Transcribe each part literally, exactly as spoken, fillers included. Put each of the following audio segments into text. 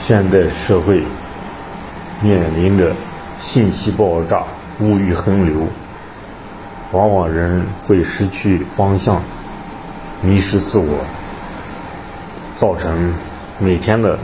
现代社会面临着信息爆炸、物欲横流，往往人会失去方向，迷失自我，造成每天的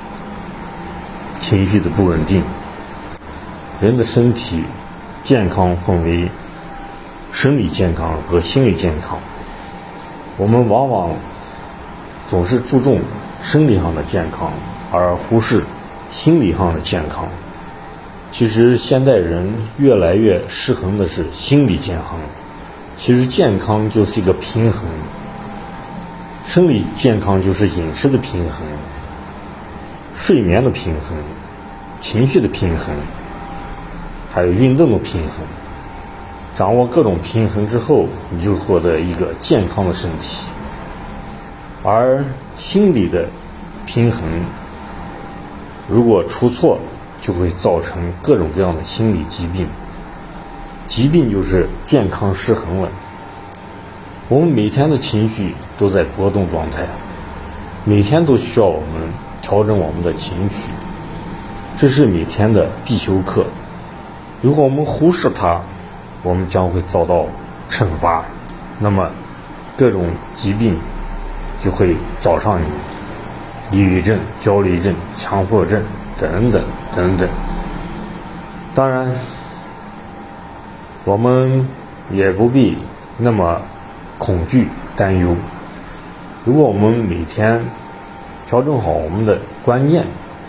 情绪的不稳定。人的身体健康分为生理健康和心理健康，我们往往总是注重生理上的健康，而忽视心理上的健康。其实现代人越来越失衡的是心理健康。其实健康就是一个平衡，生理健康就是饮食的平衡、睡眠的平衡、情绪的平衡，还有运动的平衡。掌握各种平衡之后，你就获得一个健康的身体。而心理的平衡如果出错，就会造成各种各样的心理疾病。疾病就是健康失衡了。我们每天的情绪都在波动状态，每天都需要我们调整我们的情绪，这是每天的必修课。如果我们忽视它，我们将会遭到惩罚，那么各种疾病就会找上你，抑郁症、焦虑症、强迫症等等等等。当然我们也不必那么恐惧担忧，如果我们每天调整好我们的观念，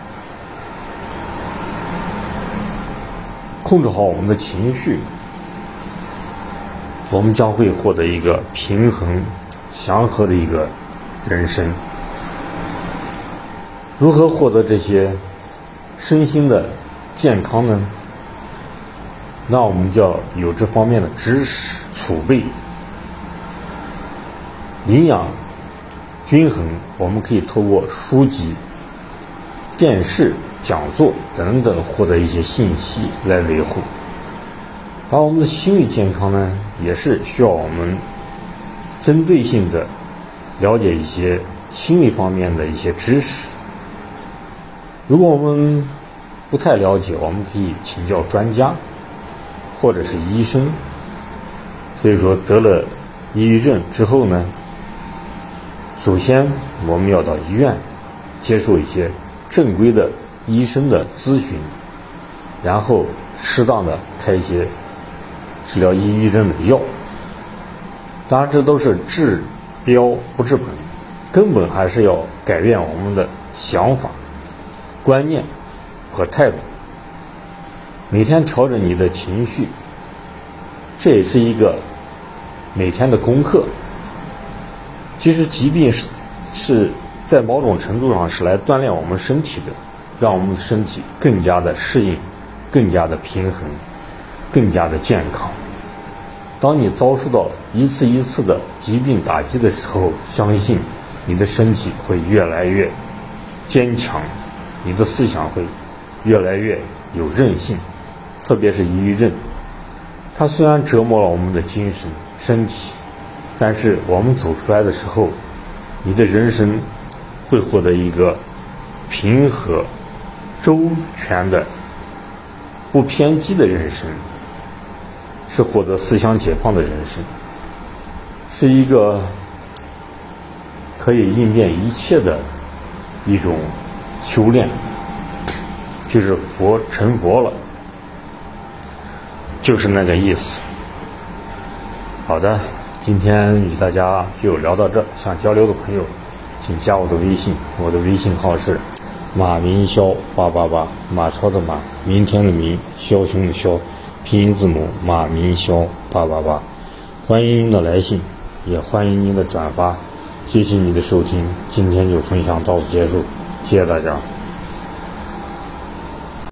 控制好我们的情绪，我们将会获得一个平衡祥和的一个人生。如何获得这些身心的健康呢？那我们就要有这方面的知识储备，营养均衡，我们可以透过书籍、电视、讲座等等获得一些信息来维护。而我们的心理健康呢，也是需要我们针对性的了解一些心理方面的一些知识。如果我们不太了解，我们可以请教专家或者是医生。所以说得了抑郁症之后呢，首先我们要到医院接受一些正规的医生的咨询，然后适当的开一些治疗抑郁症的药。当然这都是治标不治本，根本还是要改变我们的想法、观念和态度，每天调整你的情绪，这也是一个每天的功课。其实疾病是是在某种程度上是来锻炼我们身体的，让我们的身体更加的适应，更加的平衡，更加的健康。当你遭受到一次一次的疾病打击的时候，相信你的身体会越来越坚强，你的思想会越来越有韧性。特别是抑郁症，它虽然折磨了我们的精神身体，但是我们走出来的时候，你的人生会获得一个平和、周全的、不偏激的人生，是获得思想解放的人生，是一个可以应变一切的一种修炼，就是佛成佛了，就是那个意思。好的，今天与大家就聊到这，想交流的朋友请加我的微信，我的微信号是马明霄八八八，马超的马，明天的明，枭雄的枭，拼音字母马明霄八八八。欢迎您的来信，也欢迎您的转发。谢谢你的收听，今天就分享到此结束，谢谢大家。